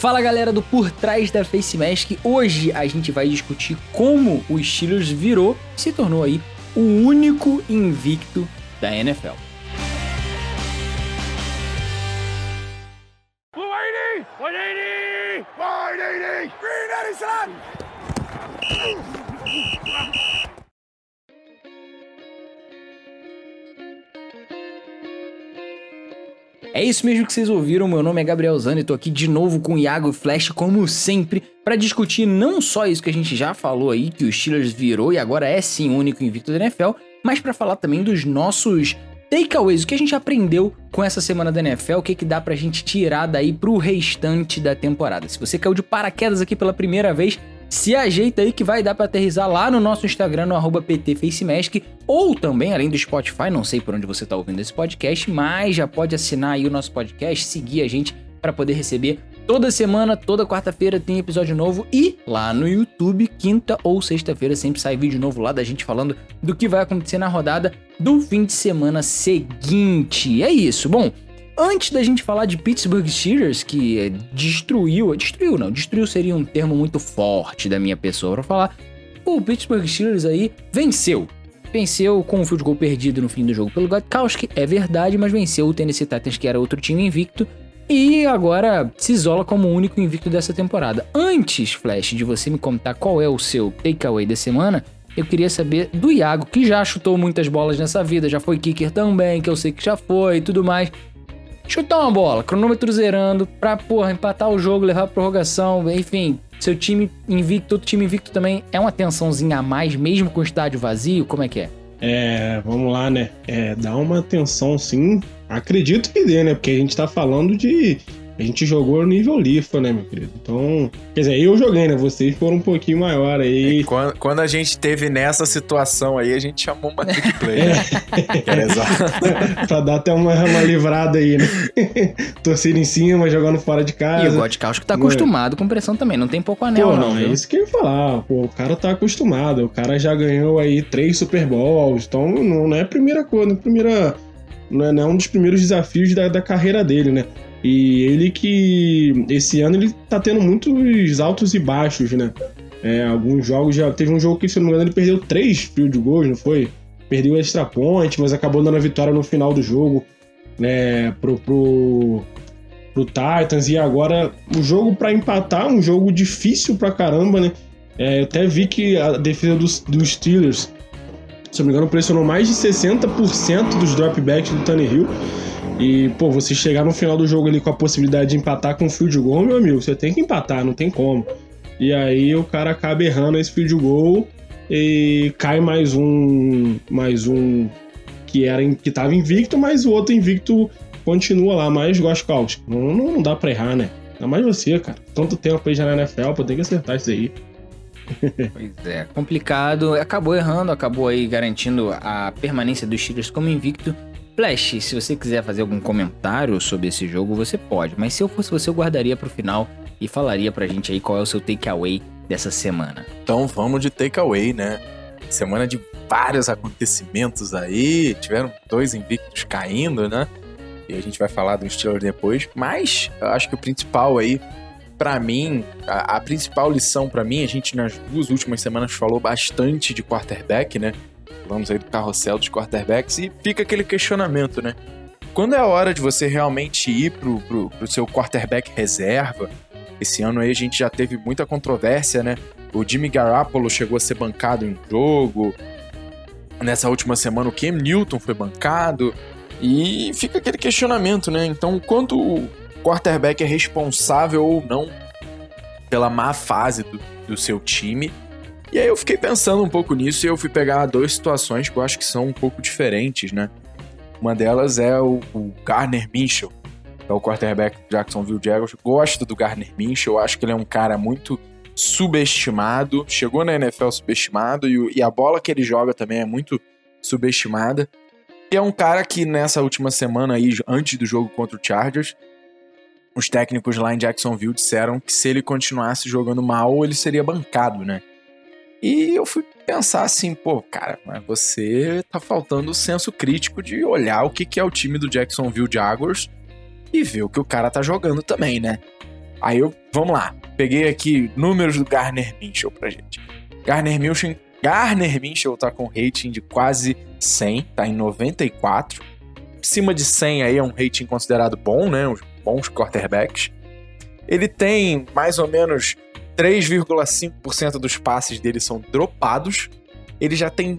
Fala galera do Por Trás da Face Mask, hoje a gente vai discutir como o Steelers virou e se tornou aí o único invicto da NFL. Blue 80! 180! 180! Green 87! É isso mesmo que vocês ouviram, meu nome é Gabriel Zani e tô aqui de novo com o Iago e Flash, como sempre, para discutir não só isso que a gente já falou aí, que o Steelers virou e agora é sim o único invicto da NFL, mas para falar também dos nossos takeaways, o que a gente aprendeu com essa semana da NFL, o que dá pra gente tirar daí pro restante da temporada. Se você caiu de paraquedas aqui pela primeira vez, se ajeita aí que vai dar pra aterrissar lá no nosso Instagram, no @PTFacemask, ou também, além do Spotify, não sei por onde você tá ouvindo esse podcast, mas já pode assinar aí o nosso podcast, seguir a gente para poder receber toda semana, toda quarta-feira tem episódio novo, e lá no YouTube, quinta ou sexta-feira, sempre sai vídeo novo lá da gente falando do que vai acontecer na rodada do fim de semana seguinte. É isso, bom... Antes da gente falar de Pittsburgh Steelers, que destruiu seria um termo muito forte da minha pessoa pra falar, o Pittsburgh Steelers aí venceu com um field goal perdido no fim do jogo pelo Gostkowski, é verdade, mas venceu o Tennessee Titans, que era outro time invicto, e agora se isola como o único invicto dessa temporada. Antes, Flash, de você me contar qual é o seu takeaway da semana, eu queria saber do Iago, que já chutou muitas bolas nessa vida, já foi kicker também, que eu sei que já foi e tudo mais. Chutar uma bola, cronômetro zerando, pra, empatar o jogo, levar a prorrogação, enfim, seu time invicto, outro time invicto também, é uma tensãozinha a mais, mesmo com o estádio vazio, como é que é? Vamos lá, né, dá uma tensão sim, acredito que dê, né, porque a gente tá falando de... A gente jogou no nível Lifa, né, meu querido? Então, quer dizer, eu joguei, né? Vocês foram um pouquinho maior aí. Quando a gente teve nessa situação aí, a gente chamou uma trick play, né? Exato. Pra dar até uma livrada aí, né? Torcida em cima, jogando fora de casa. E o Gostkowski tá acostumado com pressão também, não tem pouco anel não, viu? É isso que eu ia falar. Pô, o cara tá acostumado. O cara já ganhou aí 3 Super Bowls. Então, não é a primeira coisa, não é um dos primeiros desafios da carreira dele, né? E ele que, esse ano, ele tá tendo muitos altos e baixos, né? Alguns jogos, já teve um jogo que, se não me engano, ele perdeu 3 field goals, não foi? Perdeu o extra point, mas acabou dando a vitória no final do jogo, né? Pro Titans. E agora, o jogo pra empatar, um jogo difícil pra caramba, né? Eu até vi que a defesa dos Steelers, se não me engano, pressionou mais de 60% dos dropbacks do Tannehill. E, você chegar no final do jogo ali com a possibilidade de empatar com um field goal, meu amigo, você tem que empatar, não tem como. E aí o cara acaba errando esse field goal e cai mais um que tava invicto, mas o outro invicto continua lá, mas Gostkowski. Não dá pra errar, né? Ainda mais você, cara. Tanto tempo aí já na NFL, tem que acertar isso aí. Pois é, complicado. Acabou errando, acabou aí garantindo a permanência dos Steelers como invicto. Flash, se você quiser fazer algum comentário sobre esse jogo, você pode. Mas se eu fosse você, eu guardaria pro final e falaria pra gente aí qual é o seu takeaway dessa semana. Então vamos de takeaway, né? Semana de vários acontecimentos aí. Tiveram 2 invictos caindo, né? E a gente vai falar do Steelers depois. Mas eu acho que o principal aí, pra mim, a principal lição pra mim, a gente nas 2 últimas semanas falou bastante de quarterback, né? Vamos aí do carrossel dos quarterbacks e fica aquele questionamento, né? Quando é a hora de você realmente ir pro seu quarterback reserva? Esse ano aí a gente já teve muita controvérsia, né? O Jimmy Garoppolo chegou a ser bancado em um jogo. Nessa última semana o Cam Newton foi bancado. E fica aquele questionamento, né? Então, quanto o quarterback é responsável ou não pela má fase do seu time? E aí eu fiquei pensando um pouco nisso e eu fui pegar 2 situações que eu acho que são um pouco diferentes, né? Uma delas é o Gardner Minshew, que é o quarterback do Jacksonville Jaguars. Gosto do Gardner Minshew, eu acho que ele é um cara muito subestimado. Chegou na NFL subestimado e a bola que ele joga também é muito subestimada. E é um cara que nessa última semana aí, antes do jogo contra o Chargers, os técnicos lá em Jacksonville disseram que se ele continuasse jogando mal, ele seria bancado, né? E eu fui pensar assim, cara, mas você tá faltando o senso crítico de olhar o que é o time do Jacksonville Jaguars e ver o que o cara tá jogando também, né? Vamos lá. Peguei aqui números do Gardner Minshew pra gente. Gardner Minshew tá com rating de quase 100, tá em 94. Acima de 100 aí é um rating considerado bom, né? Uns bons quarterbacks. Ele tem mais ou menos 3,5% dos passes dele são dropados. Ele já tem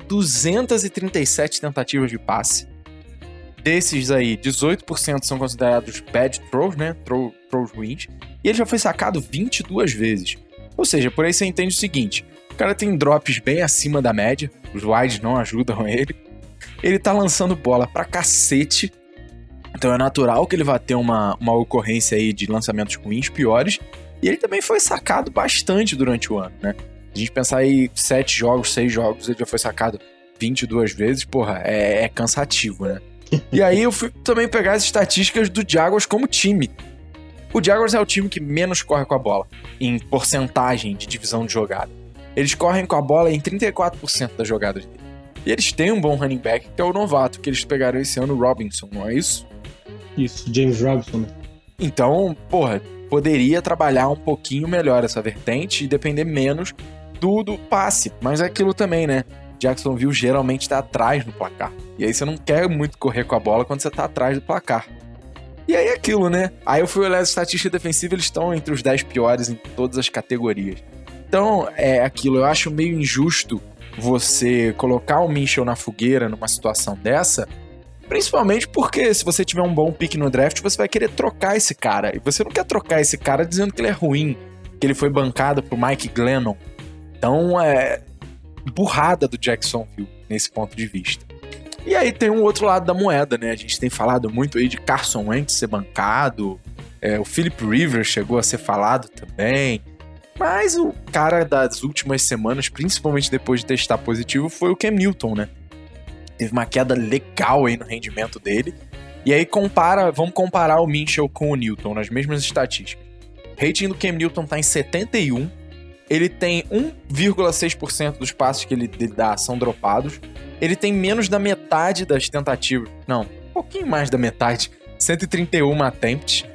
237 tentativas de passe. Desses aí, 18% são considerados bad throws, né? Throws ruins. E ele já foi sacado 22 vezes. Ou seja, por aí você entende o seguinte: o cara tem drops bem acima da média, os wides não ajudam ele. Ele tá lançando bola pra cacete, então é natural que ele vá ter uma ocorrência aí de lançamentos ruins, piores. E ele também foi sacado bastante durante o ano, né? Se a gente pensar aí 7 jogos, 6 jogos, ele já foi sacado 22 vezes, porra, é cansativo, né? E aí eu fui também pegar as estatísticas do Jaguars como time. O Jaguars é o time que menos corre com a bola, em porcentagem de divisão de jogada. Eles correm com a bola em 34% das jogadas dele. E eles têm um bom running back, que é o novato que eles pegaram esse ano, o Robinson, não é isso? Isso, James Robinson, né? Então, porra, poderia trabalhar um pouquinho melhor essa vertente e depender menos do passe. Mas é aquilo também, né? Jacksonville geralmente tá atrás no placar. E aí você não quer muito correr com a bola quando você tá atrás do placar. E aí é aquilo, né? Aí eu fui olhar as estatísticas defensivas, eles estão entre os 10 piores em todas as categorias. Então, é aquilo, eu acho meio injusto você colocar o Minshew na fogueira numa situação dessa, principalmente porque se você tiver um bom pick no draft, você vai querer trocar esse cara. E você não quer trocar esse cara dizendo que ele é ruim, que ele foi bancado pro Mike Glennon. Então, é burrada do Jacksonville nesse ponto de vista. E aí tem um outro lado da moeda, né? A gente tem falado muito aí de Carson Wentz ser bancado, o Philip Rivers chegou a ser falado também, mas o cara das últimas semanas, principalmente depois de testar positivo, foi o Cam Newton, né? Teve uma queda legal aí no rendimento dele. E aí vamos comparar o Minshew com o Newton nas mesmas estatísticas. O rating do Cam Newton tá em 71. Ele tem 1,6% dos passes que ele dá são dropados. Ele tem menos da metade das tentativas. Não, um pouquinho mais da metade. 131 attempts.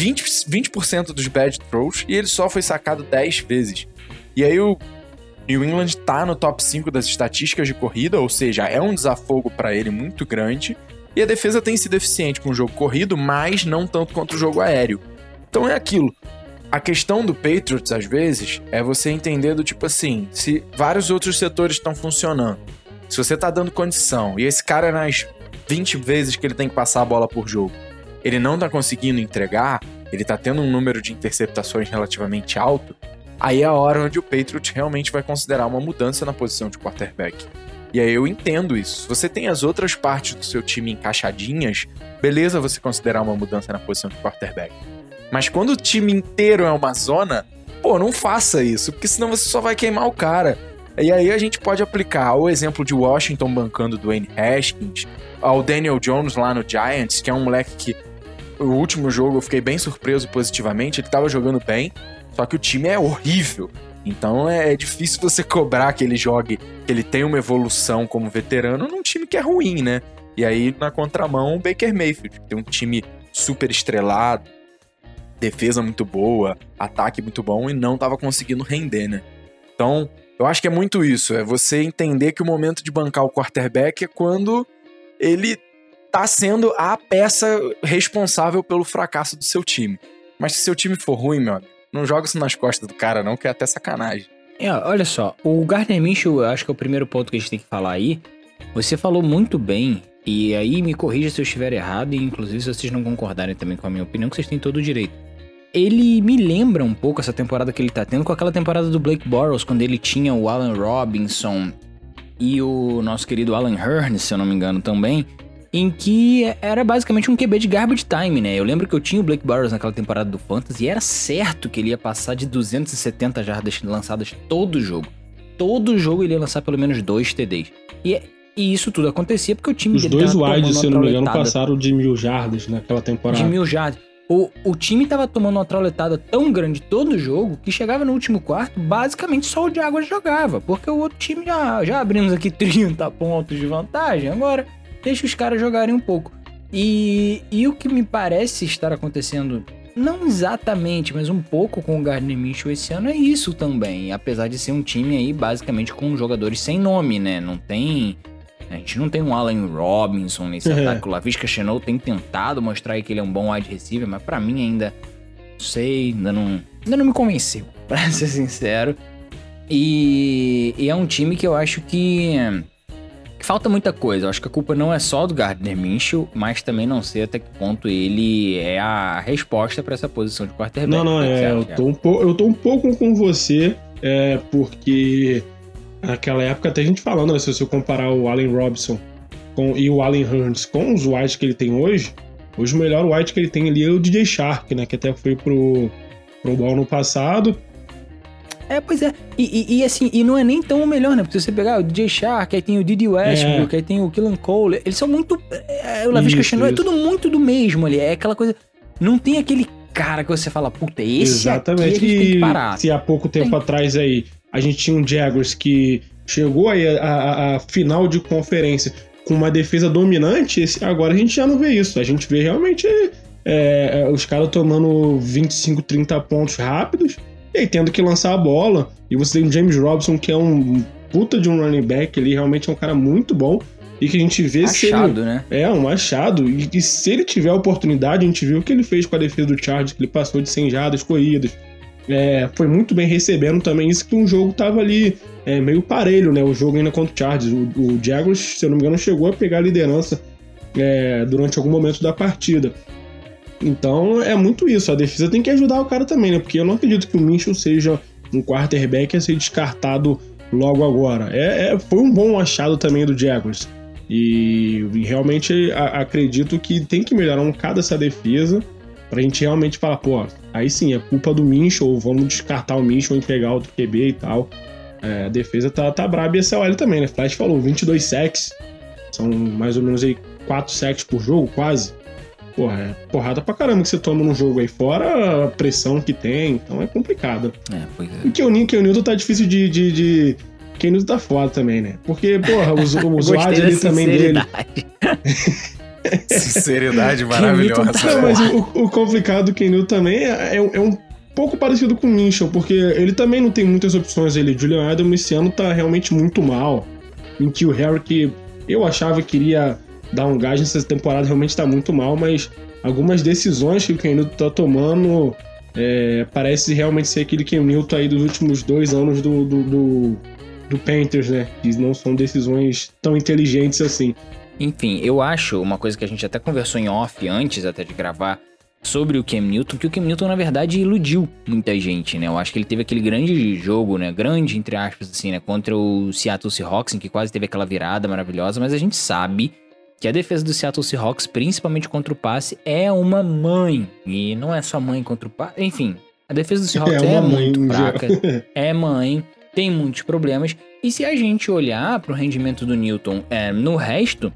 20% dos bad throws. E ele só foi sacado 10 vezes. E aí o New England tá no top 5 das estatísticas de corrida. Ou seja, é um desafogo para ele muito grande. E a defesa tem sido eficiente com o jogo corrido, mas não tanto quanto o jogo aéreo. Então é aquilo. A questão do Patriots, às vezes, é você entender do tipo assim, se vários outros setores estão funcionando, se você tá dando condição, e esse cara nas 20 vezes que ele tem que passar a bola por jogo, ele não tá conseguindo entregar, ele tá tendo um número de interceptações relativamente alto, aí é a hora onde o Patriots realmente vai considerar uma mudança na posição de quarterback. E aí eu entendo isso. Se você tem as outras partes do seu time encaixadinhas, beleza você considerar uma mudança na posição de quarterback. Mas quando o time inteiro é uma zona, pô, não faça isso, porque senão você só vai queimar o cara. E aí a gente pode aplicar o exemplo de Washington bancando o Dwayne Haskins, ao Daniel Jones lá no Giants, que é um moleque que no último jogo eu fiquei bem surpreso positivamente, ele tava jogando bem, só que o time é horrível. Então é difícil você cobrar que ele jogue, que ele tenha uma evolução como veterano num time que é ruim, né? E aí na contramão o Baker Mayfield, que tem um time super estrelado, defesa muito boa, ataque muito bom e não estava conseguindo render, né? Então, eu acho que é muito isso, é você entender que o momento de bancar o quarterback é quando ele tá sendo a peça responsável pelo fracasso do seu time. Mas se seu time for ruim, meu amigo, não joga isso nas costas do cara não, que é até sacanagem. Olha só, o Gardner Minshew, eu acho que é o primeiro ponto que a gente tem que falar aí. Você falou muito bem, e aí me corrija se eu estiver errado, e inclusive se vocês não concordarem também com a minha opinião, que vocês têm todo o direito. Ele me lembra um pouco essa temporada que ele tá tendo com aquela temporada do Blake Bortles, quando ele tinha o Allen Robinson e o nosso querido Allen Hurns, se eu não me engano também, em que era basicamente um QB de garbage time, né? Eu lembro que eu tinha o Blake Bortles naquela temporada do Fantasy e era certo que ele ia passar de 270 jardas lançadas todo jogo. Todo jogo ele ia lançar pelo menos 2 TDs. E isso tudo acontecia porque o time dele tava tomando uma trauletada. Os dois wides, se eu não me engano, passaram de 1000 jardas naquela temporada. De 1000 jardas. O time tava tomando uma trauletada tão grande todo jogo que chegava no último quarto, basicamente só o Jaguars jogava, porque o outro time já abrimos aqui 30 pontos de vantagem, agora deixa os caras jogarem um pouco. E o que me parece estar acontecendo Não exatamente, mas um pouco com o Gardner Minshew esse ano é isso também. Apesar de ser um time aí basicamente com jogadores sem nome, né? Não tem... A gente não tem um Allen Robinson nesse ataque. O Laviska Shenault tem tentado mostrar aí que ele é um bom wide receiver, mas pra mim ainda... Não sei, ainda não me convenceu, pra ser sincero. E é um time que eu acho que falta muita coisa. Eu acho que a culpa não é só do Gardner Minshew, mas também não sei até que ponto ele é a resposta pra essa posição de quarterback. Eu tô um pouco com você, porque naquela época até a gente falando, né, se você comparar o Allen Robinson e o Allen Hurns com os wides que ele tem hoje o melhor wide que ele tem ali é o DJ Shark, né, que até foi pro Bowl no passado. Pois é. E assim, e não é nem tão o melhor, né? Porque se você pegar o DJ Shark, aí tem o Didi Westbrook, aí tem o Keelan Cole, eles são muito... o Laviska Shenault é tudo muito do mesmo ali. É aquela coisa... Não tem aquele cara que você fala, puta, esse exatamente. Aqui a gente tem que parar. Se há pouco tempo atrás aí, a gente tinha um Jaguars que chegou aí a final de conferência com uma defesa dominante, agora a gente já não vê isso. A gente vê realmente os caras tomando 25, 30 pontos rápidos, e aí tendo que lançar a bola, e você tem o James Robinson, que é um puta de um running back, ele realmente é um cara muito bom, e que a gente vê achado, né? Um achado, e se ele tiver a oportunidade, a gente viu o que ele fez com a defesa do Chargers, que ele passou de 100 jardas corridas, foi muito bem recebendo também isso, que um jogo tava ali meio parelho, né? O jogo ainda contra o Chargers, o Jaguars, se eu não me engano, chegou a pegar a liderança durante algum momento da partida. Então é muito isso, a defesa tem que ajudar o cara também, né? Porque eu não acredito que o Minshew seja um quarterback a ser descartado logo agora. Foi um bom achado também do Jaguars. E realmente acredito que tem que melhorar um bocado essa defesa pra gente realmente falar, pô, aí sim, é culpa do Minshew, vamos descartar o Minshew e pegar outro QB e tal. A defesa tá braba e essa OL também, né? Flash falou, 22 sacks, são mais ou menos aí 4 sacks por jogo, quase. Porra, é porrada pra caramba que você toma num jogo aí, fora a pressão que tem, então é complicado. Pois é. E que o Newton tá difícil de... Ken Newton tá foda também, né? Porque, porra, os wide ali também dele... Sinceridade maravilhosa. Não, mas o complicado do Ken Newton também é um pouco parecido com o Minshew, porque ele também não tem muitas opções ali. Julian Edelman esse ano tá realmente muito mal. Em que o Harry, que eu achava que iria dar um gás nessa temporada, realmente tá muito mal, mas algumas decisões que o Ken Newton tá tomando parece realmente ser aquele Ken Newton aí dos últimos 2 anos do Panthers, né? Que não são decisões tão inteligentes assim. Enfim, eu acho uma coisa que a gente até conversou em off antes até de gravar sobre o Cam Newton, que o Cam Newton na verdade iludiu muita gente, né? Eu acho que ele teve aquele grande jogo, né? Grande, entre aspas, assim, né? Contra o Seattle Seahawks, em que quase teve aquela virada maravilhosa, mas a gente sabe que a defesa do Seattle Seahawks, principalmente contra o passe, é uma mãe. E não é só mãe contra o passe. Enfim, a defesa do Seahawks é muito fraca. É mãe, tem muitos problemas. E se a gente olhar pro rendimento do Newton no resto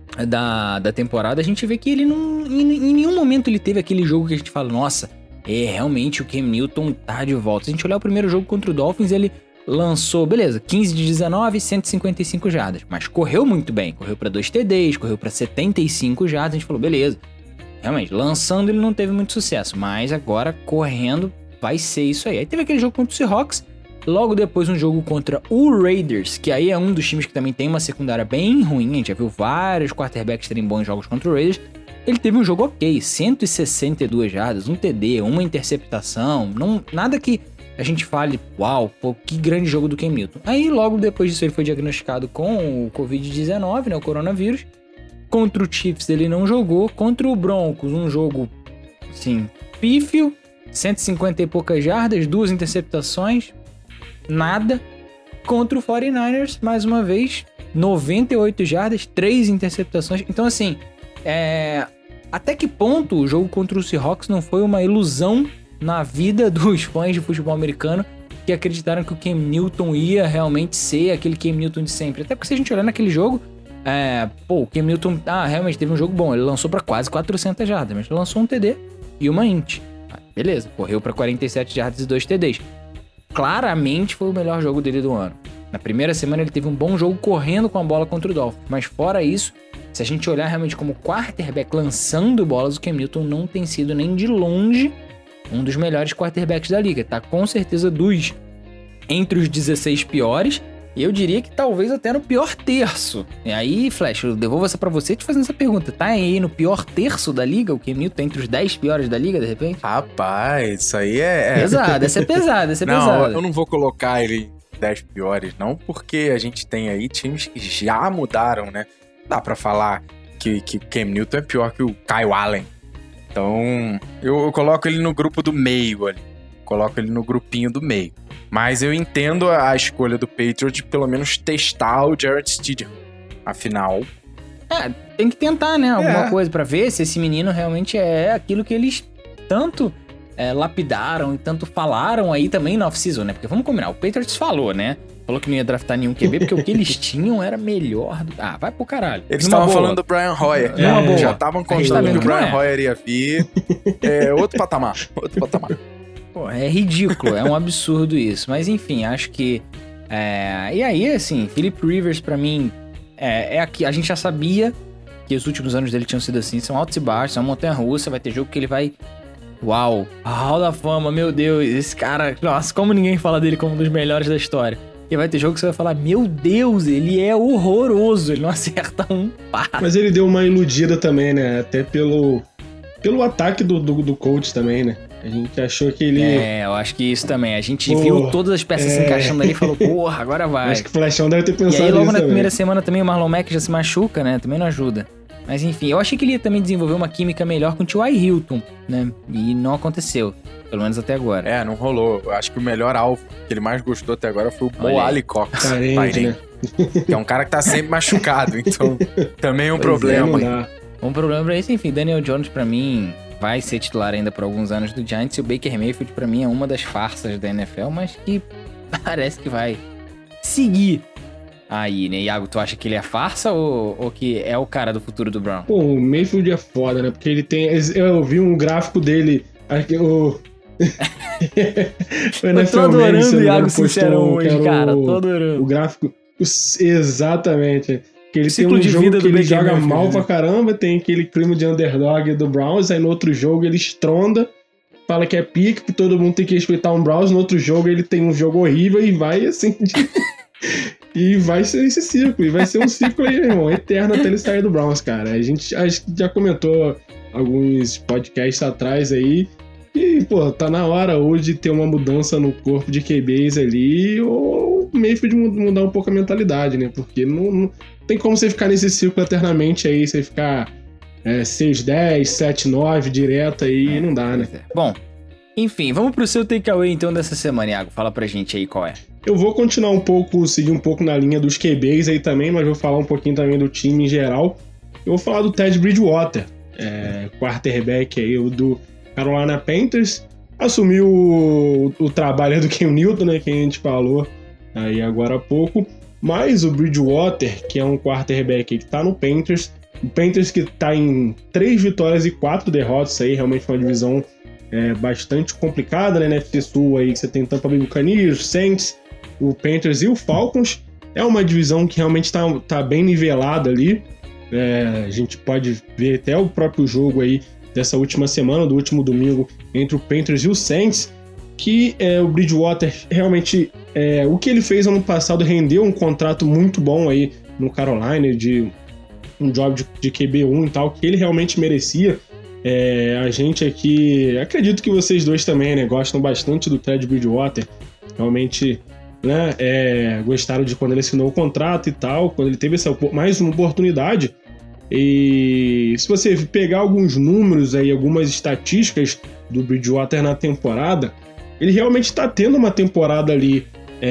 da temporada, a gente vê que ele não... Em nenhum momento ele teve aquele jogo que a gente fala, nossa, realmente o Cam Newton tá de volta. Se a gente olhar o primeiro jogo contra o Dolphins, ele lançou, beleza, 15 de 19, 155 jardas, mas correu muito bem, correu pra 2 TDs, correu pra 75 jardas, a gente falou, beleza. Realmente, lançando ele não teve muito sucesso, mas agora correndo vai ser isso aí. Aí teve aquele jogo contra o Seahawks, logo depois um jogo contra o Raiders, que aí é um dos times que também tem uma secundária bem ruim, a gente já viu vários quarterbacks terem bons jogos contra o Raiders. Ele teve um jogo ok, 162 jardas, um TD, uma interceptação, nada que a gente fale, uau, pô, que grande jogo do Cam Newton. Aí logo depois disso ele foi diagnosticado com o Covid-19, né, o coronavírus. Contra o Chiefs ele não jogou, contra o Broncos um jogo, assim, pífio, 150 e poucas jardas, 2 interceptações, nada. Contra o 49ers, mais uma vez, 98 jardas, 3 interceptações. Então, assim, até que ponto o jogo contra o Seahawks não foi uma ilusão na vida dos fãs de futebol americano que acreditaram que o Cam Newton ia realmente ser aquele Cam Newton de sempre? Até porque se a gente olhar naquele jogo, o Cam Newton, realmente teve um jogo bom, ele lançou pra quase 400 jardas, mas ele lançou um TD e uma int. Beleza, correu pra 47 jardas e 2 TDs. Claramente foi o melhor jogo dele do ano. Na primeira semana ele teve um bom jogo correndo com a bola contra o Dolphins, mas fora isso, se a gente olhar realmente como quarterback lançando bolas, o Cam Newton não tem sido nem de longe um dos melhores quarterbacks da liga. Tá com certeza entre os 16 piores. Eu diria que talvez até no pior terço. E aí, Flash, eu devolvo essa pra você te fazendo essa pergunta. Tá aí no pior terço da liga? O Cam Newton tá entre os 10 piores da liga, de repente? Rapaz, isso aí é... Pesado, essa é pesada, Não, eu não vou colocar ele em 10 piores, não, porque a gente tem aí times que já mudaram, né? Dá pra falar que o Cam Newton é pior que o Kyle Allen. Então, eu coloco ele no grupo do meio ali. Coloco ele no grupinho do meio. Mas eu entendo a escolha do Patriots de pelo menos testar o Jarrett Stidham. Afinal... tem que tentar, né? Alguma coisa pra ver se esse menino realmente é aquilo que eles tanto lapidaram e tanto falaram aí também na off-season, né? Porque vamos combinar, o Patriots falou, né? Falou que não ia draftar nenhum QB, porque o que eles tinham era melhor do... vai pro caralho. Eles estavam falando do Brian Hoyer. Já estavam contando que o Brian Hoyer ia vir. Outro patamar. Pô, é ridículo, é um absurdo isso. Mas enfim, acho que... E aí, assim, Philip Rivers pra mim aqui. A gente já sabia que os últimos anos dele tinham sido assim, são altos e baixos, são montanha-russa, vai ter jogo que ele vai... Uau, Hall da Fama, meu Deus, esse cara... Nossa, como ninguém fala dele como um dos melhores da história. E vai ter jogo que você vai falar, meu Deus, ele é horroroso, ele não acerta um passe. Mas ele deu uma iludida também, né? Até pelo ataque do coach também, né? A gente achou que ele... eu acho que isso também. A gente viu todas as peças se encaixando ali e falou, porra, agora vai. Acho que o Flashão deve ter pensado nisso. E aí logo na também. primeira semana também o Marlon Mack já se machuca, né? Também não ajuda. Mas enfim, eu achei que ele ia também desenvolver uma química melhor com o T.Y. Hilton, né? E não aconteceu. Pelo menos até agora. Não rolou. Eu acho que o melhor alvo que ele mais gostou até agora foi o Bo Alie-Cox. Carente, né? Que é um cara que tá sempre machucado, então também é um problema. Um problema pra isso, enfim, Daniel Jones pra mim vai ser titular ainda por alguns anos do Giants, e o Baker Mayfield pra mim é uma das farsas da NFL, mas que parece que vai seguir aí, né? Iago, tu acha que ele é farsa ou que é o cara do futuro do Brown? Pô, o Mayfield é foda, né? Porque ele tem... Eu vi um gráfico dele... Eu tô adorando o Iago Sincerão hoje, cara. Tô adorando. O gráfico... Exatamente. Que ele Ciclo tem um jogo que ele joga Mayfield, mal pra caramba, tem aquele clima de underdog do Browns, aí no outro jogo ele estronda, fala que é pique, que todo mundo tem que respeitar um Browns, no outro jogo ele tem um jogo horrível e vai assim... E vai ser esse ciclo, e vai ser um ciclo aí, meu irmão, eterno até ele sair do Browns, cara. A gente já comentou alguns podcasts atrás aí, e, pô, tá na hora hoje de ter uma mudança no corpo de QBs ali, ou meio de mudar um pouco a mentalidade, né? Porque não tem como você ficar nesse ciclo eternamente aí, você ficar 6-10, 7-9 direto aí, não dá, né? Bom, enfim, vamos pro seu takeaway então dessa semana, Iago. Fala pra gente aí qual é. Eu vou continuar seguir um pouco na linha dos QBs aí também, mas vou falar um pouquinho também do time em geral. Eu vou falar do Ted Bridgewater, quarterback aí do Carolina Panthers. Assumiu o trabalho do Cam Newton, né, que a gente falou aí agora há pouco. Mas o Bridgewater, que é um quarterback que tá no Panthers, o Panthers que tá em 3 vitórias e 4 derrotas aí, realmente foi uma divisão bastante complicada, né, na NFC Sul aí, que você tem Tampa Bay Buccaneers, Saints, o Panthers e o Falcons. É uma divisão que realmente tá bem nivelada ali. A gente pode ver até o próprio jogo aí dessa última semana, do último domingo, entre o Panthers e o Saints, que o Bridgewater realmente, o que ele fez ano passado rendeu um contrato muito bom aí no Carolina, de um job de QB1 e tal, que ele realmente merecia. A gente aqui, acredito que vocês dois também, né, gostam bastante do Ted Bridgewater, realmente, né, gostaram de quando ele assinou o contrato e tal, quando ele teve mais uma oportunidade. E se você pegar alguns números aí, algumas estatísticas do Bridgewater na temporada, ele realmente está tendo uma temporada ali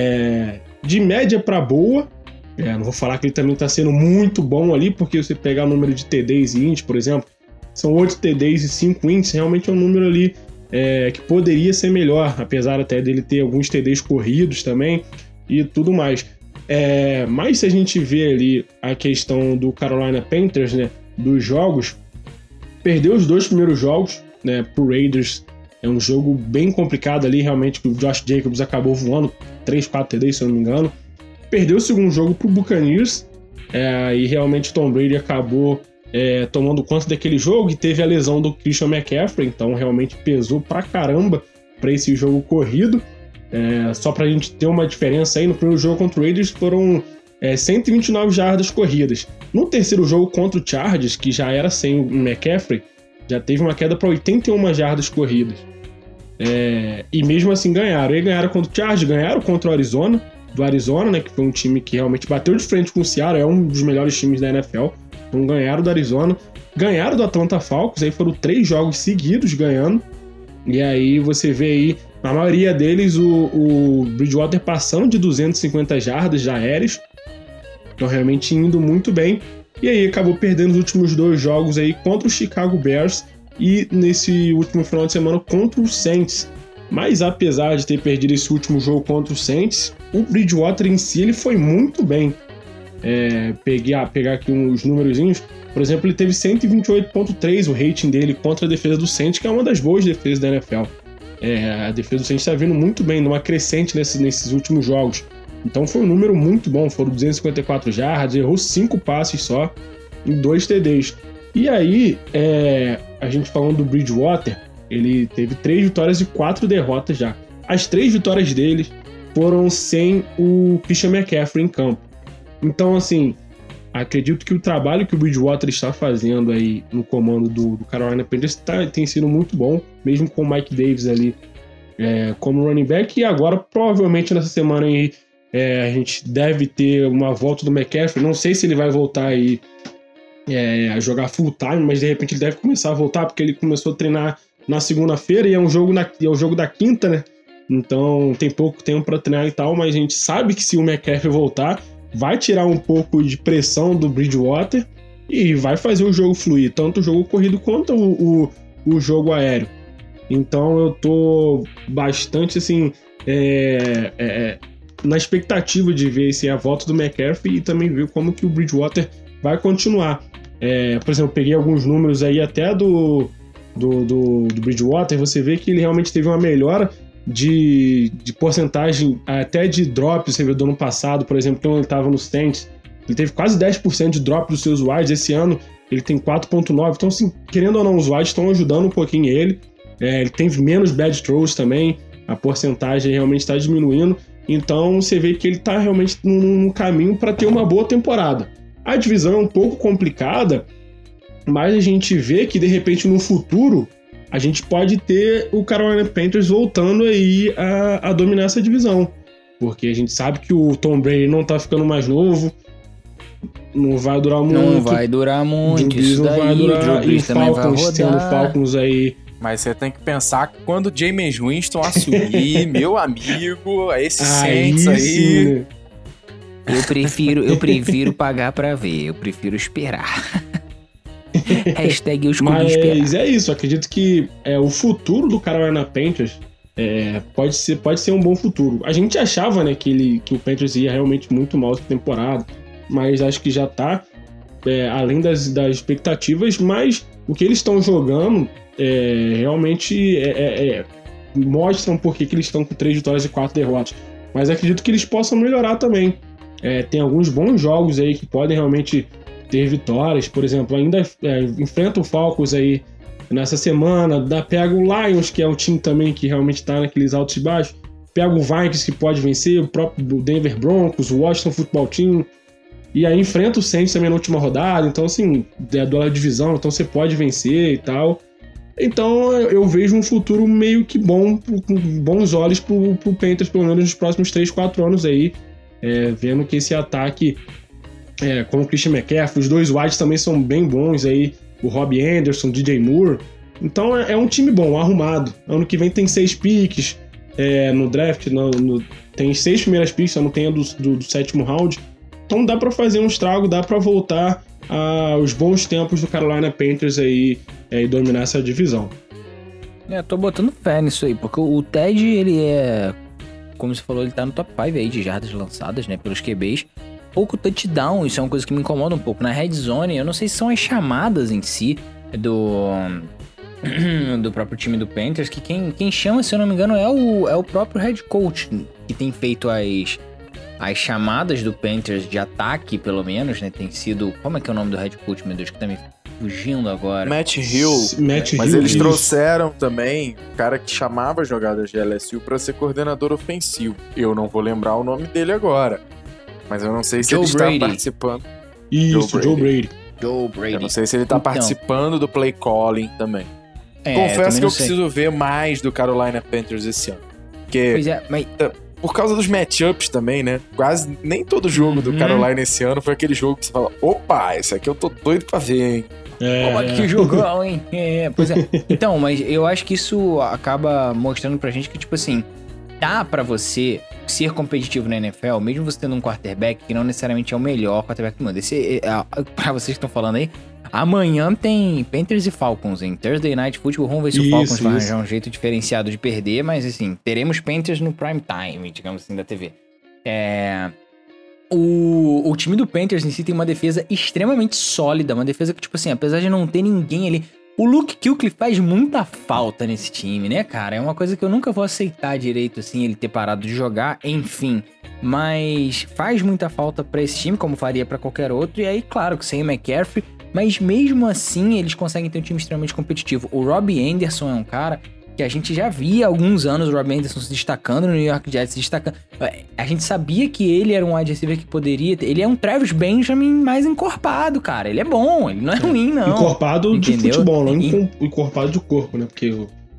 de média para boa. Não vou falar que ele também está sendo muito bom ali, porque você pegar o número de TDs e int, por exemplo, são 8 TDs e 5 ints, realmente é um número ali que poderia ser melhor, apesar até dele ter alguns TDs corridos também e tudo mais. Mas se a gente vê ali a questão do Carolina Panthers, né, dos jogos, perdeu os 2 primeiros jogos, né, pro Raiders. É um jogo bem complicado ali, realmente, que o Josh Jacobs acabou voando 3, 4 TDs, se eu não me engano. Perdeu o segundo jogo pro Buccaneers, e realmente Tom Brady acabou tomando conta daquele jogo, e teve a lesão do Christian McCaffrey, então realmente pesou pra caramba pra esse jogo corrido. Só pra gente ter uma diferença aí, no primeiro jogo contra o Raiders foram 129 jardas corridas. No terceiro jogo contra o Chargers, que já era sem o McCaffrey, já teve uma queda para 81 jardas corridas. E mesmo assim ganharam. E ganharam contra o Chargers, ganharam contra o Arizona, né, que foi um time que realmente bateu de frente com o Seattle, é um dos melhores times da NFL. Então ganharam do Arizona, ganharam do Atlanta Falcons, aí foram 3 jogos seguidos ganhando. E aí você vê aí, na maioria deles, o Bridgewater passando de 250 jardas já aéreas. Então realmente indo muito bem. E aí acabou perdendo os últimos 2 jogos aí contra o Chicago Bears e nesse último final de semana contra o Saints. Mas apesar de ter perdido esse último jogo contra o Saints, o Bridgewater em si ele foi muito bem. Pegar aqui uns númerozinhos. Por exemplo, ele teve 128.3 o rating dele contra a defesa do Saints, que é uma das boas defesas da NFL. A defesa do Saints está vindo muito bem, numa crescente nesses últimos jogos. Então foi um número muito bom, foram 254 jardas, errou 5 passes só e 2 TDs. E aí, a gente falando do Bridgewater, ele teve 3 vitórias e 4 derrotas já. As 3 vitórias dele foram sem o Christian McCaffrey em campo. Então, assim, acredito que o trabalho que o Bridgewater está fazendo aí no comando do Carolina Panthers tem sido muito bom, mesmo com o Mike Davis ali como running back. E agora, provavelmente nessa semana aí, a gente deve ter uma volta do McCaffrey. Não sei se ele vai voltar aí a jogar full time, mas de repente ele deve começar a voltar, porque ele começou a treinar na segunda-feira e é um jogo da quinta, né? Então tem pouco tempo para treinar e tal, mas a gente sabe que se o McCaffrey voltar, vai tirar um pouco de pressão do Bridgewater e vai fazer o jogo fluir, tanto o jogo corrido quanto o jogo aéreo. Então eu tô bastante assim na expectativa de ver a volta do McCaffrey e também ver como que o Bridgewater vai continuar. Por exemplo, eu peguei alguns números aí até do Bridgewater, você vê que ele realmente teve uma melhora de porcentagem até de drops do ano passado. Por exemplo, quando ele estava no Saints, ele teve quase 10% de drop dos seus wides. Esse ano ele tem 4.9%. Então, assim, querendo ou não, os wides estão ajudando um pouquinho ele. Ele tem menos bad throws também, a porcentagem realmente está diminuindo. Então você vê que ele está realmente num caminho para ter uma boa temporada. A divisão é um pouco complicada, mas a gente vê que de repente no futuro a gente pode ter o Carolina Panthers voltando aí a dominar essa divisão. Porque a gente sabe que o Tom Brady não tá ficando mais novo, não vai durar muito. Não vai durar muito, isso não daí, vai durar. E o Falcons, tendo Falcons aí... Mas você tem que pensar que quando o Jameis Winston assumir, meu amigo, esse Saints aí... Eu prefiro pagar pra ver, eu prefiro esperar. Hashtag eu escolhi esperar. Mas é isso, acredito que o futuro do Carolina Panthers pode ser um bom futuro. A gente achava, né, que o Panthers ia realmente muito mal essa temporada, mas acho que já tá além das expectativas, mas o que eles estão jogando realmente mostra um porquê que eles estão com 3 vitórias e 4 derrotas. Mas acredito que eles possam melhorar também. Tem alguns bons jogos aí que podem realmente ter vitórias. Por exemplo, ainda enfrenta o Falcons aí nessa semana, pega o Lions, que é um time também que realmente tá naqueles altos e baixos, pega o Vikings, que pode vencer, o próprio Denver Broncos, o Washington Football Team, e aí enfrenta o Saints também na última rodada. Então assim, duelo de divisão, então você pode vencer e tal. Então eu vejo um futuro meio que bom, com bons olhos pro Panthers, pelo menos nos próximos 3-4 anos aí, vendo que esse ataque, com o Christian McCaffrey, os 2 wides também são bem bons aí, o Robbie Anderson, DJ Moore. Então é um time bom, arrumado. Ano que vem tem 6 picks no draft, tem 6 primeiras picks, só não tem a do 7º round. Então dá pra fazer um estrago, dá pra voltar aos bons tempos do Carolina Panthers aí e dominar essa divisão. Tô botando fé nisso aí, porque o Ted, ele como você falou, ele tá no top 5 aí de jardas lançadas, né, pelos QBs. Pouco touchdown, isso é uma coisa que me incomoda um pouco. Na red zone, eu não sei se são as chamadas em si do próprio time do Panthers, que quem chama, se eu não me engano, é o próprio head coach, que tem feito as chamadas do Panthers de ataque, pelo menos, né? Tem sido... Como é que é o nome do head coach, meu Deus, que tá me fugindo agora. Matt Hill. Matt Mas Hill, eles isso. trouxeram também o cara que chamava jogadas de LSU pra ser coordenador ofensivo. Eu não vou lembrar o nome dele agora. Mas eu não sei se Joe ele Brady. está participando. Isso, Joe Brady. Joe Brady. Eu não sei se ele tá Então. participando do play calling também. Confesso também que não eu sei. preciso ver mais do Carolina Panthers esse ano. Porque Pois é, mas por causa dos matchups também, né? Quase nem todo jogo do Carolina esse ano foi aquele jogo que você fala: opa, esse aqui eu tô doido pra ver, hein? olha que jogão, hein? Pois é. Então, mas eu acho que isso acaba mostrando pra gente que, tipo assim, dá pra você ser competitivo na NFL, mesmo você tendo um quarterback que não necessariamente é o melhor quarterback do mundo. Pra vocês que estão falando aí, amanhã tem Panthers e Falcons em Thursday Night Football. Vamos ver se o Falcons vai arranjar um jeito diferenciado de perder, mas assim, teremos Panthers no prime time, digamos assim, da TV. O time do Panthers em si tem uma defesa extremamente sólida, uma defesa que, tipo assim, apesar de não ter ninguém ali... O Luke Kuechly faz muita falta nesse time, né, cara? É uma coisa que eu nunca vou aceitar direito, assim, ele ter parado de jogar, enfim. Mas faz muita falta pra esse time, como faria pra qualquer outro. E aí, claro, que sem o McCaffrey, mas mesmo assim eles conseguem ter um time extremamente competitivo. O Robbie Anderson é um cara que a gente já via há alguns anos o Robbie Anderson se destacando no New York Jets, se destacando. A gente sabia que ele era um wide receiver que poderia ter. Ele é um Travis Benjamin mais encorpado, cara. Ele é bom, ele não é ruim, não. Encorpado de Entendeu? futebol, não encorpado de corpo, né? Porque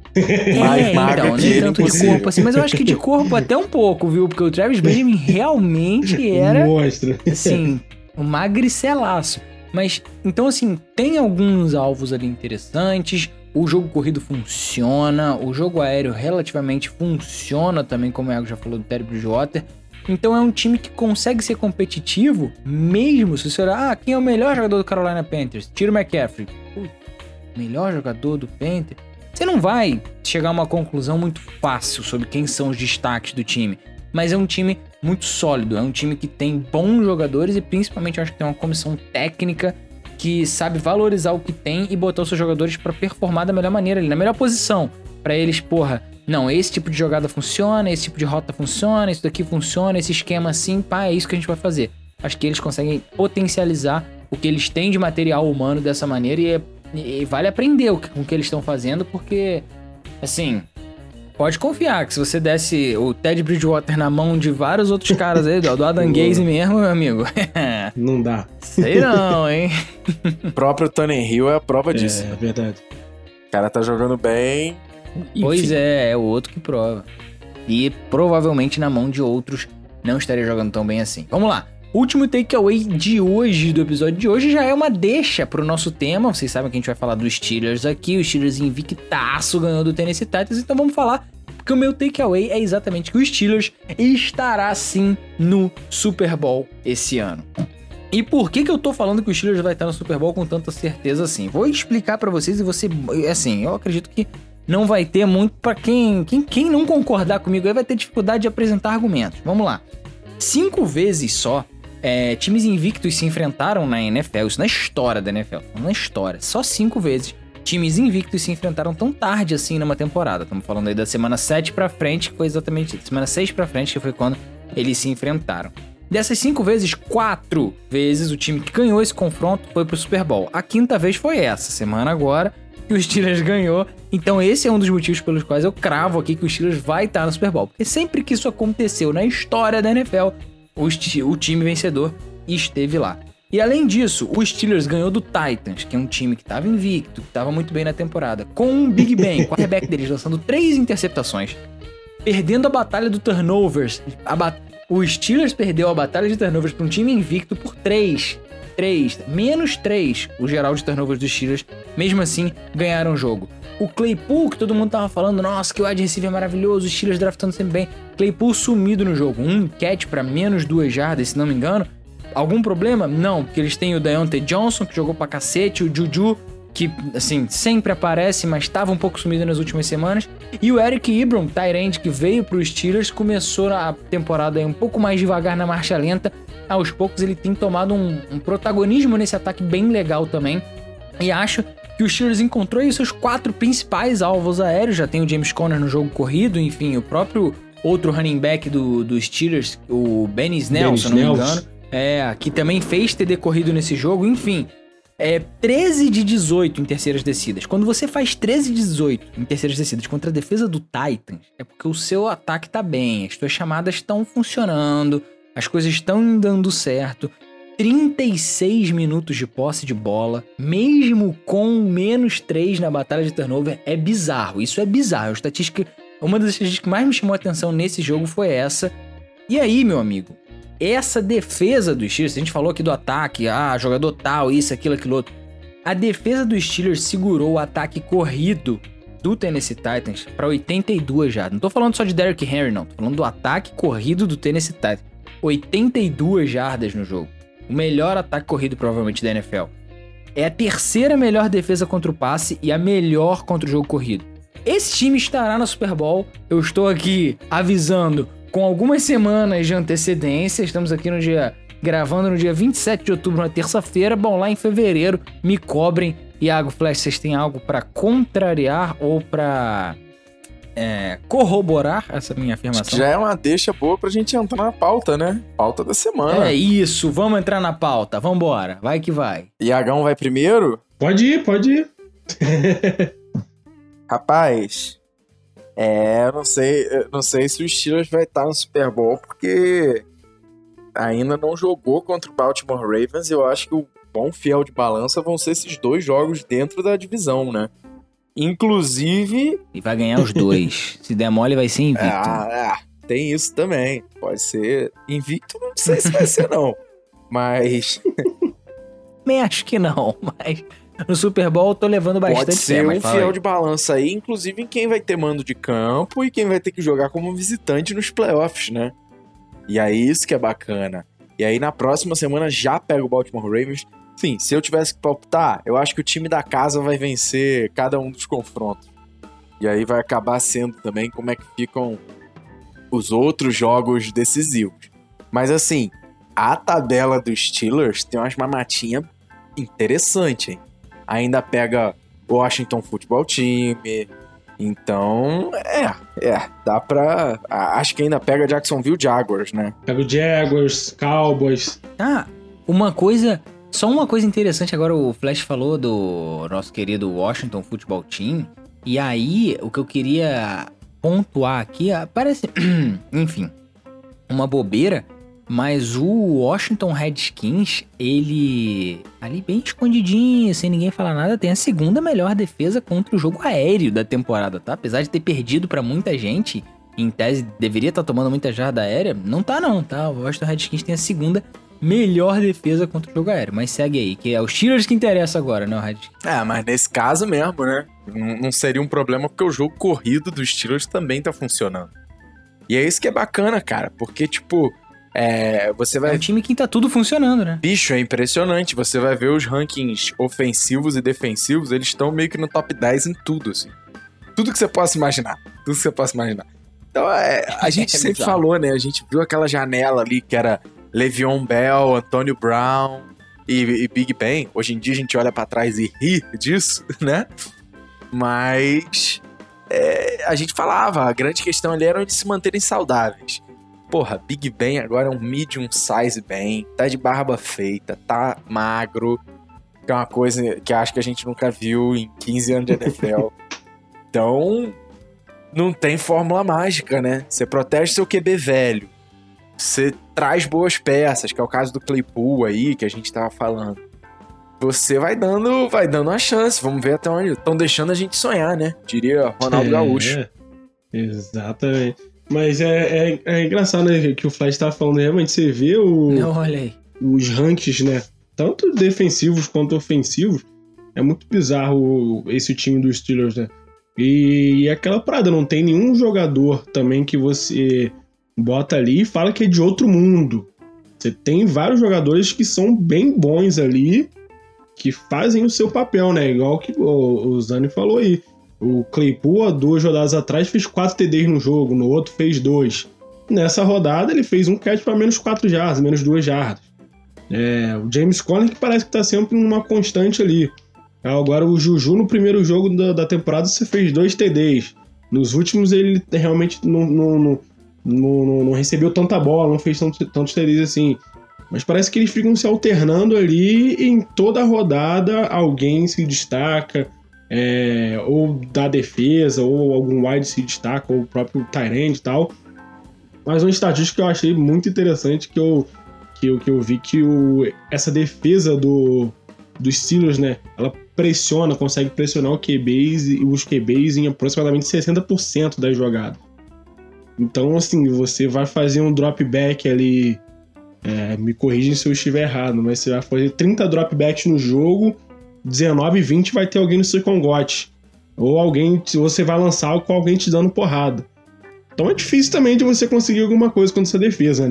Mais magro então, que nem ele, tanto de impossível. corpo assim, mas eu acho que de corpo até um pouco, viu? Porque o Travis Benjamin realmente era, mostra. assim, um magricelaço. Mas, então assim, tem alguns alvos ali interessantes, o jogo corrido funciona, o jogo aéreo relativamente funciona também, como o Iago já falou do Teddy Bridgewater. Então é um time que consegue ser competitivo, mesmo se você olhar, quem é o melhor jogador do Carolina Panthers? Tira o McCaffrey. Putz, melhor jogador do Panthers? Você não vai chegar a uma conclusão muito fácil sobre quem são os destaques do time, mas é um time muito sólido, é um time que tem bons jogadores e principalmente eu acho que tem uma comissão técnica que sabe valorizar o que tem e botar os seus jogadores pra performar da melhor maneira, ali, na melhor posição, pra eles, não, esse tipo de jogada funciona, esse tipo de rota funciona, isso daqui funciona, esse esquema assim, é isso que a gente vai fazer. Acho que eles conseguem potencializar o que eles têm de material humano dessa maneira e vale aprender com o que eles estão fazendo, porque, assim, pode confiar que se você desse o Teddy Bridgewater na mão de vários outros caras aí, do Adam Gaze mesmo, meu amigo. Não dá. Sei não, hein? O próprio Tannehill é a prova disso. É verdade. O cara tá jogando bem. Pois enfim. é o outro que prova. E provavelmente na mão de outros não estaria jogando tão bem assim. Vamos lá. Último takeaway de hoje, do episódio de hoje, já é uma deixa pro nosso tema. Vocês sabem que a gente vai falar dos Steelers aqui. O Steelers invictaço ganhou do Tennessee Titans. Então vamos falar, porque o meu takeaway é exatamente que o Steelers estará sim no Super Bowl esse ano. E por que eu tô falando que o Steelers vai estar no Super Bowl com tanta certeza assim? Vou explicar pra vocês e você... Assim, eu acredito que não vai ter muito pra quem não concordar comigo aí vai ter dificuldade de apresentar argumentos. Vamos lá. 5 vezes só, times invictos se enfrentaram na NFL, isso na história da NFL, na história, só 5 vezes times invictos se enfrentaram tão tarde assim numa temporada. Estamos falando aí da semana 7 pra frente, que foi exatamente semana 6 pra frente, que foi quando eles se enfrentaram. Dessas 5 vezes, 4 vezes o time que ganhou esse confronto foi pro Super Bowl. A 5ª vez foi essa semana agora, que o Steelers ganhou. Então esse é um dos motivos pelos quais eu cravo aqui que o Steelers vai estar no Super Bowl. Porque sempre que isso aconteceu na história da NFL, o time vencedor esteve lá. E além disso, o Steelers ganhou do Titans, que é um time que estava invicto, que estava muito bem na temporada, com um Big Ben, quarterback deles, lançando 3 interceptações, perdendo a batalha do turnovers. O Steelers perdeu a batalha de turnovers para um time invicto por 3, menos 3, o geral de turnovers dos Steelers. Mesmo assim, ganharam o jogo. O Claypool, que todo mundo tava falando, nossa, que o wide receiver é maravilhoso, os Steelers draftando sempre bem. Claypool sumido no jogo, um catch para menos 2 jardas, se não me engano. Algum problema? Não, porque eles têm o Deontay Johnson, que jogou pra cacete, o Juju, que, assim, sempre aparece, mas estava um pouco sumido nas últimas semanas. E o Eric Ebron, tight end, que veio pro Steelers, começou a temporada aí um pouco mais devagar na marcha lenta. Aos poucos ele tem tomado um protagonismo nesse ataque bem legal também. E acho que o Steelers encontrou aí os seus 4 principais alvos aéreos. Já tem o James Conner no jogo corrido, enfim, o próprio outro running back do Steelers, o Benny Snell, se eu não me engano. Que também fez TD corrido nesse jogo, enfim. 13 de 18 em terceiras descidas. Quando você faz 13 de 18 em terceiras descidas contra a defesa do Titans, é porque o seu ataque tá bem, as suas chamadas estão funcionando, as coisas estão dando certo. 36 minutos de posse de bola, mesmo com menos 3 na batalha de turnover, é bizarro. Isso é bizarro. Uma das estatísticas que mais me chamou a atenção nesse jogo foi essa. E aí, meu amigo, essa defesa dos Steelers, a gente falou aqui do ataque, jogador tal, isso, aquilo outro. A defesa dos Steelers segurou o ataque corrido do Tennessee Titans para 82 jardas. Não tô falando só de Derrick Henry, não. Tô falando do ataque corrido do Tennessee Titans. 82 jardas no jogo. O melhor ataque corrido, provavelmente, da NFL. É a terceira melhor defesa contra o passe e a melhor contra o jogo corrido. Esse time estará na Super Bowl. Eu estou aqui avisando com algumas semanas de antecedência. Estamos aqui gravando no dia 27 de outubro, na terça-feira. Bom, lá em fevereiro, me cobrem. Iago, Flash, vocês têm algo para contrariar ou para corroborar essa minha afirmação? Já é uma deixa boa pra gente entrar na pauta, né? Pauta da semana. É isso, vamos entrar na pauta, vambora, vai que vai. Iagão vai primeiro? Pode ir. Rapaz, eu não sei se o Steelers vai estar no Super Bowl, porque ainda não jogou contra o Baltimore Ravens, e eu acho que o bom fiel de balança vão ser esses 2 jogos dentro da divisão, né? Inclusive... E vai ganhar os 2. Se der mole, vai ser invicto. Tem isso também. Pode ser invicto, não sei se vai ser, não. Mas... Nem acho que não, mas... No Super Bowl eu tô levando bastante Pode ser um fiel de balança aí, inclusive em quem vai ter mando de campo e quem vai ter que jogar como visitante nos playoffs, né? E aí isso que é bacana. E aí na próxima semana já pega o Baltimore Ravens. Enfim, se eu tivesse que palpitar, eu acho que o time da casa vai vencer cada um dos confrontos. E aí vai acabar sendo também como é que ficam os outros jogos decisivos. Mas assim, a tabela dos Steelers tem umas mamatinhas interessantes, hein? Ainda pega o Washington Football Team. Então, dá pra... Acho que ainda pega Jacksonville Jaguars, né? Pega o Jaguars, Cowboys. Só uma coisa interessante, agora o Flash falou do nosso querido Washington Football Team, e aí o que eu queria pontuar aqui, parece, enfim, uma bobeira, mas o Washington Redskins, ele, ali bem escondidinho, sem ninguém falar nada, tem a segunda melhor defesa contra o jogo aéreo da temporada, tá? Apesar de ter perdido pra muita gente, em tese deveria estar tomando muita jarda aérea, não tá, tá? O Washington Redskins tem a segunda melhor defesa contra o jogo aéreo, mas segue aí, que é os Steelers que interessa agora, né, o Redskins? Mas nesse caso mesmo, né, não seria um problema porque o jogo corrido dos Steelers também tá funcionando. E é isso que é bacana, cara, porque, tipo, você vai... É um time que tá tudo funcionando, né? Bicho, é impressionante, você vai ver os rankings ofensivos e defensivos, eles estão meio que no top 10 em tudo, assim. Tudo que você possa imaginar, Então, a gente sempre falou, né, a gente viu aquela janela ali que era Le'Veon Bell, Antonio Brown e Big Ben. Hoje em dia a gente olha pra trás e ri disso, né? Mas a gente falava, a grande questão ali era de se manterem saudáveis. Porra, Big Ben agora é um medium size Ben, tá de barba feita, tá magro, que é uma coisa que acho que a gente nunca viu em 15 anos de NFL. Então, não tem fórmula mágica, né? Você protege seu QB velho, você traz boas peças, que é o caso do Claypool aí, que a gente tava falando. Você vai dando uma chance. Vamos ver até onde estão deixando a gente sonhar, né? Diria Ronaldo Gaúcho. Exatamente. Mas é engraçado, né? Que o Flash tava falando, realmente você vê olha aí. Os rankings, né? Tanto defensivos quanto ofensivos. É muito bizarro esse time dos Steelers, né? E aquela parada, não tem nenhum jogador também que você bota ali e fala que é de outro mundo. Você tem vários jogadores que são bem bons ali, que fazem o seu papel, né? Igual que o Zani falou aí. O Claypool, há 2 rodadas atrás, fez 4 TDs no jogo, no outro fez 2. Nessa rodada, ele fez um catch para menos 4 jardas, menos 2 jardas. O James Conner, que parece que tá sempre numa constante ali. Agora, o Juju, no primeiro jogo da temporada, você fez 2 TDs. Nos últimos, ele realmente não recebeu tanta bola, não fez tantos TDs assim. Mas parece que eles ficam se alternando ali e em toda rodada alguém se destaca, ou da defesa, ou algum wide se destaca, ou o próprio tight end e tal. Mas uma estatística que eu achei muito interessante que eu vi que essa defesa dos Steelers, né, ela consegue pressionar os QBs em aproximadamente 60% das jogadas. Então, assim, você vai fazer um drop back ali, me corrigem se eu estiver errado, mas você vai fazer 30 dropbacks no jogo, 19 e 20 vai ter alguém no seu cangote. Ou você vai lançar com alguém te dando porrada. Então é difícil também de você conseguir alguma coisa contra essa defesa, né?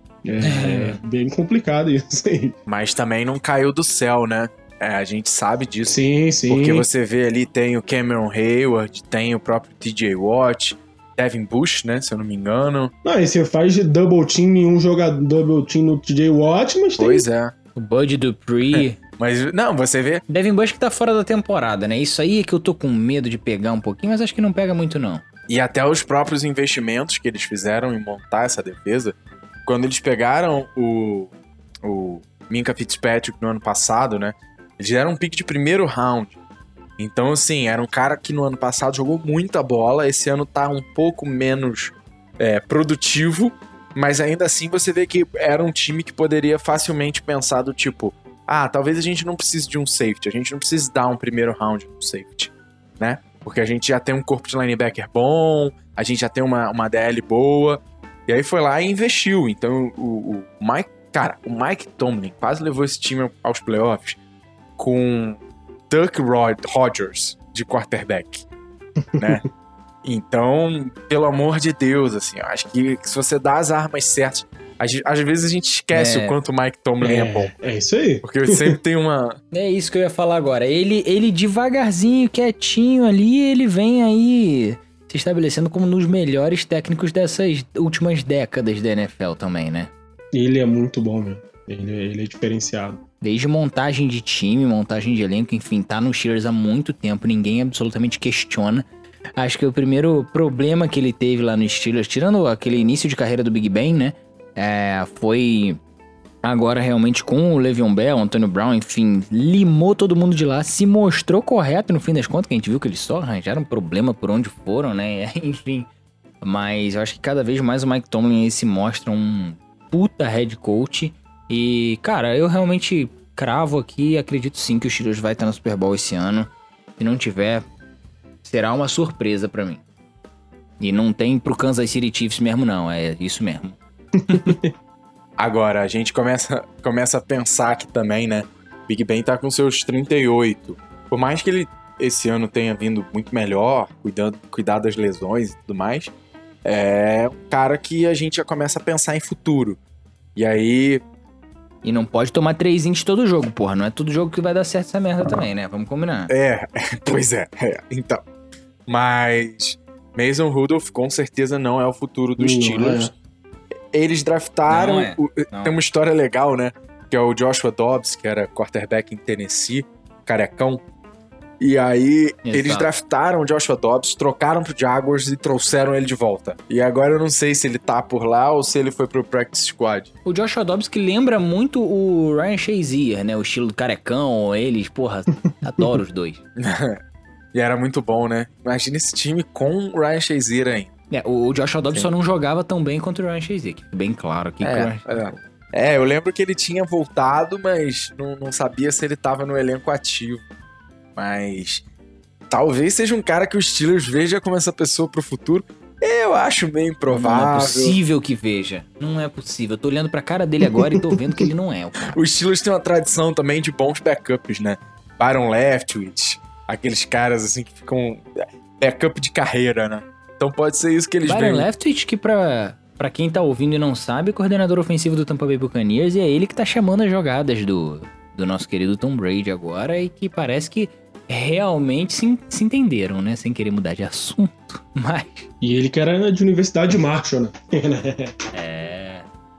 É bem complicado isso aí. Mas também não caiu do céu, né? A gente sabe disso. Sim, sim. Porque você vê ali, tem o Cameron Hayward, tem o próprio TJ Watt, Devin Bush, né? Se eu não me engano. Não, e você faz double team em um jogador, double team no TJ Watt, mas Pois é. O Bud Dupree. Mas, não, você vê... Devin Bush que tá fora da temporada, né? Isso aí é que eu tô com medo de pegar um pouquinho, mas acho que não pega muito, não. E até os próprios investimentos que eles fizeram em montar essa defesa, quando eles pegaram o Minkah Fitzpatrick no ano passado, né? Eles deram um pick de primeiro round. Então, assim, era um cara que no ano passado jogou muita bola. Esse ano tá um pouco menos produtivo, mas ainda assim você vê que era um time que poderia facilmente pensar do tipo, talvez a gente não precise de um safety, a gente não precisa dar um primeiro round no safety, né? Porque a gente já tem um corpo de linebacker bom, a gente já tem uma DL boa, e aí foi lá e investiu. Então o Mike Tomlin quase levou esse time aos playoffs com Duck Rodgers de quarterback, né? Então, pelo amor de Deus, assim, eu acho que se você dá as armas certas, às vezes a gente esquece o quanto o Mike Tomlin é bom. É isso aí. Porque eu sempre tenho uma... É isso que eu ia falar agora. Ele devagarzinho, quietinho ali, ele vem aí se estabelecendo como um dos melhores técnicos dessas últimas décadas da NFL também, né? Ele é muito bom, meu. Ele é diferenciado. Desde montagem de time, montagem de elenco, enfim, tá nos Steelers há muito tempo, ninguém absolutamente questiona. Acho que o primeiro problema que ele teve lá nos Steelers, tirando aquele início de carreira do Big Ben, né? Foi agora realmente com o Le'Veon Bell, Antonio Brown, enfim, limou todo mundo de lá, se mostrou correto no fim das contas, que a gente viu que eles só arranjaram problema por onde foram, né? Enfim, mas eu acho que cada vez mais o Mike Tomlin se mostra um puta head coach. E, cara, eu realmente cravo aqui e acredito sim que o Steelers vai estar no Super Bowl esse ano. Se não tiver, será uma surpresa pra mim. E não tem pro Kansas City Chiefs mesmo, não. É isso mesmo. Agora, a gente começa a pensar aqui também, né? Big Ben tá com seus 38. Por mais que ele, esse ano, tenha vindo muito melhor, cuidar das lesões e tudo mais, é um cara que a gente já começa a pensar em futuro. E aí... E não pode tomar 3 ints todo jogo, porra. Não é todo jogo que vai dar certo essa merda também, né? Vamos combinar. Pois é. Então. Mas Mason Rudolph com certeza não é o futuro dos Steelers. Eles draftaram... Não. Tem uma história legal, né? Que é o Joshua Dobbs, que era quarterback em Tennessee, carecão. E aí, eles draftaram o Joshua Dobbs, trocaram pro Jaguars e trouxeram ele de volta. E agora eu não sei se ele tá por lá ou se ele foi pro practice squad. O Joshua Dobbs que lembra muito o Ryan Shazier, né? O estilo do carecão, eles, porra, adoro os dois. E era muito bom, né? Imagina esse time com o Ryan Shazier ainda. O Joshua Dobbs só não jogava tão bem contra o Ryan Shazier, que bem claro aqui. Eu lembro que ele tinha voltado, mas não sabia se ele tava no elenco ativo. Mas talvez seja um cara que o Steelers veja como essa pessoa pro futuro. Eu acho meio improvável. Não é possível que veja. Não é possível. Eu tô olhando pra cara dele agora e tô vendo que ele não é o cara. Os Steelers têm uma tradição também de bons backups, né? Byron Leftwich, aqueles caras assim que ficam backup de carreira, né? Então pode ser isso que eles veem. Byron Leftwich, que pra quem tá ouvindo e não sabe, é coordenador ofensivo do Tampa Bay Buccaneers, e é ele que tá chamando as jogadas do nosso querido Tom Brady agora, e que parece que realmente se entenderam, né? Sem querer mudar de assunto, mas... E ele que era de Universidade de Marshall, né?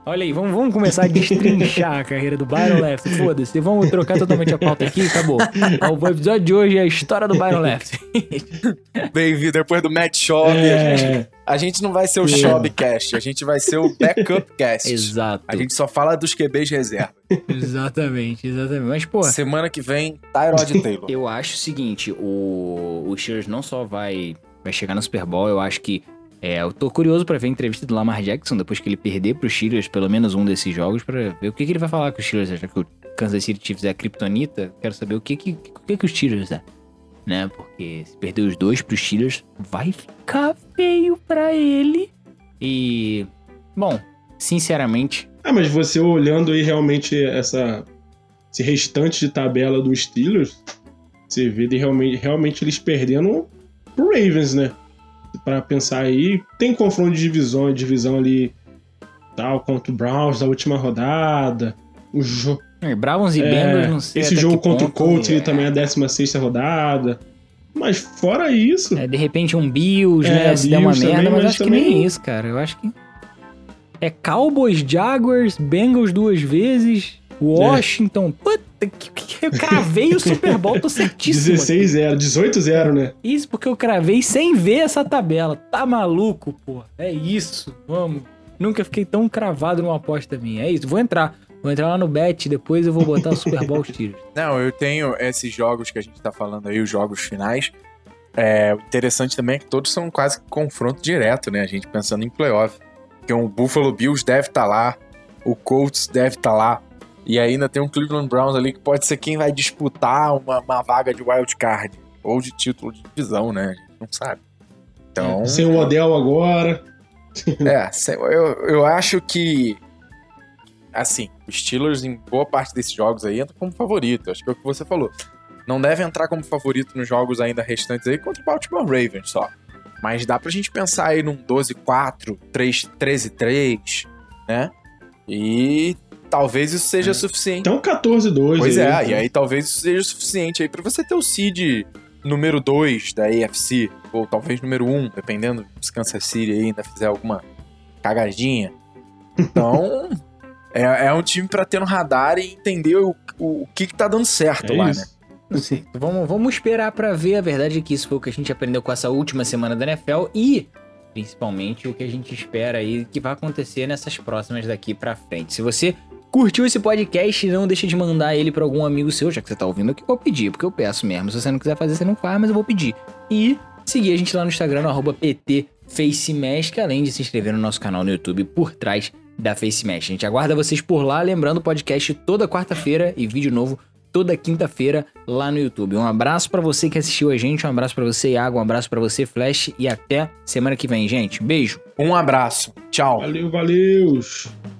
Olha aí, vamos começar a destrinchar a carreira do Byron Leftwich. Foda-se, vamos trocar totalmente a pauta aqui, acabou. O episódio de hoje é a história do Byron Leftwich. Bem-vindo, depois do Matt Schaub, a gente não vai ser o Schaubcast, a gente vai ser o Backupcast. Exato. A gente só fala dos QBs reserva. Exatamente. Mas, pô... Semana que vem, Tyrod Taylor. Eu acho o seguinte, o Steelers não só vai chegar no Super Bowl, eu acho que... eu tô curioso pra ver a entrevista do Lamar Jackson depois que ele perder pro Steelers pelo menos um desses jogos pra ver o que ele vai falar com os Steelers, já que o Kansas City Chiefs é a kryptonita, quero saber o que os Steelers é, né? Porque se perder os dois pros Steelers, vai ficar feio pra ele. E, bom, sinceramente... mas você olhando aí realmente esse restante de tabela dos Steelers, você vê realmente eles perdendo pro Ravens, né? Pra pensar aí, tem confronto de divisão ali, tal, contra o Browns da última rodada. Browns e Bengals, não sei. Esse jogo contra o Colts também é a 16ª rodada. Mas fora isso... de repente um Bills, né? Se der uma merda, também, mas acho que nem isso, cara. Eu acho que... Cowboys, Jaguars, Bengals 2 vezes, Washington... Puta, eu cravei o Super Bowl, tô certíssimo. 16-0, 18-0, né? Isso porque eu cravei sem ver essa tabela. Tá maluco, pô? É isso, vamos. Nunca fiquei tão cravado numa aposta minha. É isso, vou entrar lá no Bet, depois eu vou botar o Super Bowl Steelers. Não, eu tenho esses jogos que a gente tá falando aí, os jogos finais. O interessante também é que todos são quase confronto direto, né? A gente pensando em playoff. Porque o Buffalo Bills deve estar lá, o Colts deve estar lá, e ainda tem um Cleveland Browns ali que pode ser quem vai disputar uma vaga de wild card, ou de título de divisão, né? A gente não sabe. Então... Sem o Odell agora. Eu acho que, assim, os Steelers em boa parte desses jogos aí entram como favorito, acho que é o que você falou. Não deve entrar como favorito nos jogos ainda restantes aí contra o Baltimore Ravens só. Mas dá pra gente pensar aí num 12-4, 13-3, né? E talvez isso seja suficiente. Então 14-2. Pois aí, e aí talvez isso seja suficiente aí pra você ter o seed número 2 da AFC, ou talvez número 1, dependendo se Kansas City aí ainda fizer alguma cagadinha. Então, é um time pra ter no radar e entender o que tá dando certo lá, isso. né? Não sei. Vamos esperar pra ver. A verdade é que isso foi o que a gente aprendeu com essa última semana da NFL e, principalmente, o que a gente espera aí que vai acontecer nessas próximas daqui pra frente. Se você curtiu esse podcast, não deixa de mandar ele pra algum amigo seu, já que você tá ouvindo aqui, eu vou pedir, porque eu peço mesmo. Se você não quiser fazer, você não faz, mas eu vou pedir. E seguir a gente lá no Instagram, no @PTFaceMask, além de se inscrever no nosso canal no YouTube por trás da FaceMask. A gente aguarda vocês por lá, lembrando o podcast toda quarta-feira e vídeo novo toda quinta-feira lá no YouTube. Um abraço pra você que assistiu a gente, um abraço pra você, Iago, um abraço pra você, Flash, e até semana que vem, gente. Beijo. Um abraço. Tchau. Valeu.